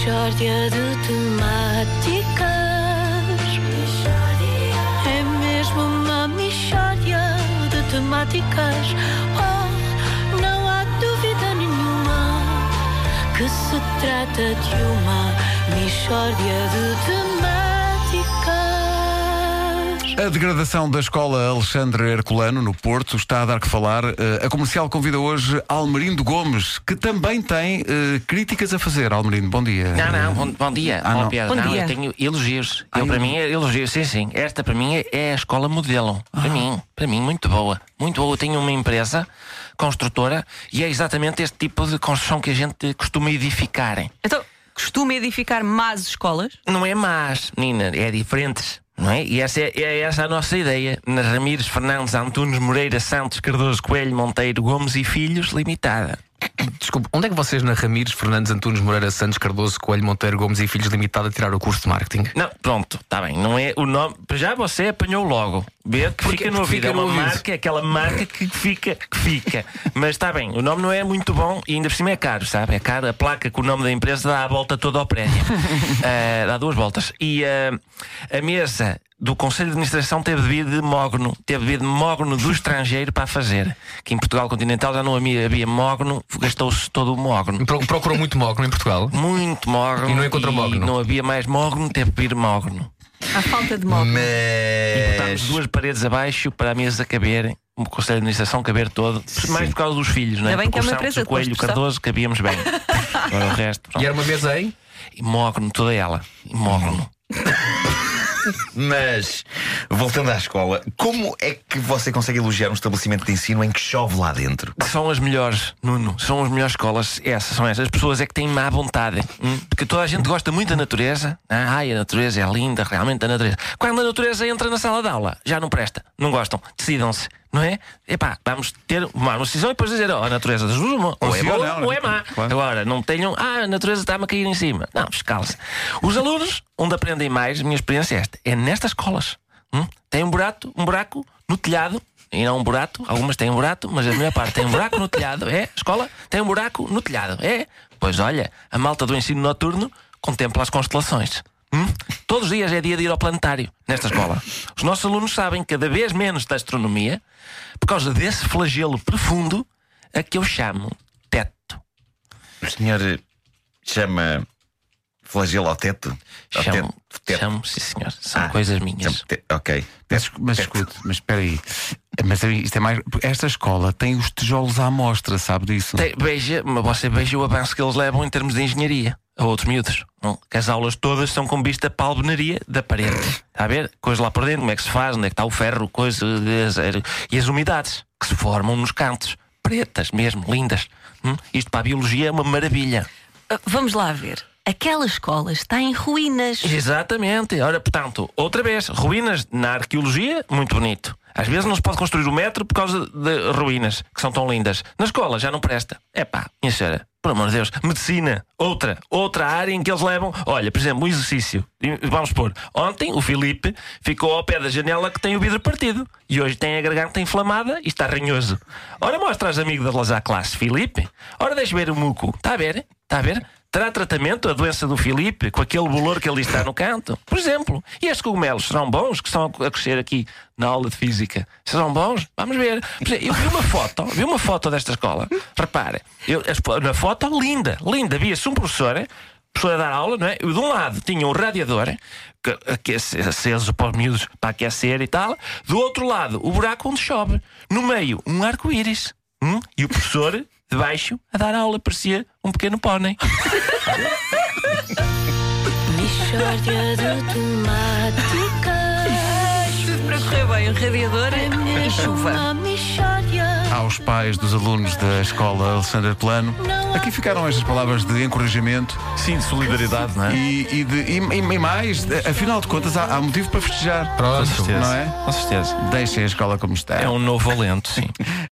Mixórdia de temáticas. É mesmo uma mixórdia de temáticas. Oh, não há dúvida nenhuma que se trata de uma mixórdia de temáticas. A degradação da escola Alexandre Herculano, no Porto, está a dar que falar. A Comercial convida hoje Almerindo Gomes, que também tem críticas a fazer. Almerindo, bom dia. Bom dia. Não. Pedro, Bom dia. eu tenho elogios. Para mim é elogios, sim. Esta para mim é a escola modelo. Para mim, muito boa. Muito boa. Eu tenho uma empresa construtora e é exatamente este tipo de construção que a gente costuma edificar. Então, costuma edificar más escolas? Não é más, menina, é diferentes. Não é? E essa é a nossa ideia. Na Ramires Fernandes Antunes Moreira Santos Cardoso Coelho Monteiro Gomes e Filhos Limitada. Desculpe, onde é que vocês na Ramires Fernandes Antunes Moreira Santos Cardoso Coelho Monteiro Gomes e Filhos Limitada tiraram o curso de marketing? Não, pronto, está bem. Não é o nome. Já você apanhou logo. Vê que fica no ouvido. É uma marca, aquela marca que fica. Mas está bem, o nome não é muito bom e ainda por cima é caro, sabe? É caro. A placa com o nome da empresa dá a volta toda ao prédio. Dá 2 voltas. E a mesa do Conselho de Administração teve devido de mogno do estrangeiro para fazer. Que em Portugal continental já não havia mogno, gastou-se todo o mogno. Procurou muito mogno em Portugal? Muito mogno. E não encontrou mogno? Não havia mais mogno, teve que vir mogno. Há falta de móvel. E botámos 2 paredes abaixo para a mesa caber, o Conselho de Administração caber todo. Mais por causa dos filhos, não é? Ainda bem que é uma Porque o empresa Santos, o Coelho, o de construção. Cardoso, cabíamos bem. Agora o resto. Pronto. E era uma mesa aí? E mogno, toda ela. E mogno. Mas, voltando à escola, como é que você consegue elogiar um estabelecimento de ensino em que chove lá dentro? São as melhores, Nuno. São as melhores escolas. São essas. As pessoas é que têm má vontade. Porque toda a gente gosta muito da natureza. Ai, a natureza é linda, realmente a natureza. Quando a natureza entra na sala de aula, já não presta. Não gostam. Decidam-se. Não é? Epá, vamos ter uma decisão e depois dizer, a natureza das duas, ou é boa ou é má. Claro. Agora, não tenham, a natureza está-me a cair em cima. Não, escala-se. Os alunos, onde aprendem mais, a minha experiência é esta, é nestas escolas. Tem um buraco no telhado, e não um buraco, algumas têm um buraco, mas a maior parte tem um buraco no telhado. É, escola, tem um buraco no telhado. É, pois olha, a malta do ensino noturno contempla as constelações. Todos os dias é dia de ir ao planetário nesta escola. Os nossos alunos sabem cada vez menos da astronomia por causa desse flagelo profundo a que eu chamo teto. O senhor chama flagelo ao teto? Ao Chamo, sim senhor. São coisas minhas. Ok. Mas escute, mas espera aí. Mas isto é mais. Esta escola tem os tijolos à amostra, sabe disso? Você veja o avanço que eles levam em termos de engenharia a outros miúdos. Não? Que as aulas todas são com vista para a alvenaria da parede. Está a ver? Coisa lá por dentro, como é que se faz, onde é que está o ferro, e as umidades que se formam nos cantos. Pretas mesmo, lindas. Isto para a biologia é uma maravilha. Vamos lá ver. Aquela escola está em ruínas. Exatamente. Ora, portanto, outra vez, ruínas na arqueologia, muito bonito. Às vezes não se pode construir o metro por causa de ruínas, que são tão lindas. Na escola já não presta. Minha senhora, por amor de Deus. Medicina, outra área em que eles levam. Olha, por exemplo, um exercício. Vamos pôr. Ontem o Filipe ficou ao pé da janela que tem o vidro partido. E hoje tem a garganta inflamada e está ranhoso. Ora, mostra às amígdalas à classe, Filipe. Ora, deixa ver o muco. Está a ver? Terá tratamento a doença do Filipe com aquele bolor que ele está no canto? Por exemplo. E estes cogumelos serão bons que estão a crescer aqui na aula de física? Serão bons? Vamos ver. Eu vi uma foto desta escola. Repare, na foto, linda. Via-se um professor a dar aula, não é? De um lado tinha um radiador aceso para os miúdos para aquecer e tal. Do outro lado, o buraco onde chove. No meio, um arco-íris. E o professor de baixo a dar aula, parecia um pequeno pônei. Mixórdia de temáticas. Tudo para correr bem, um radiador e chuva. Uma mixórdia. Aos pais dos alunos da escola Alexandre Herculano, aqui ficaram estas palavras de encorajamento. Sim, de solidariedade, não é? E mais, afinal de contas, há motivo para festejar. Pronto, não é? Com certeza. Deixem a escola como está. É um novo alento, sim.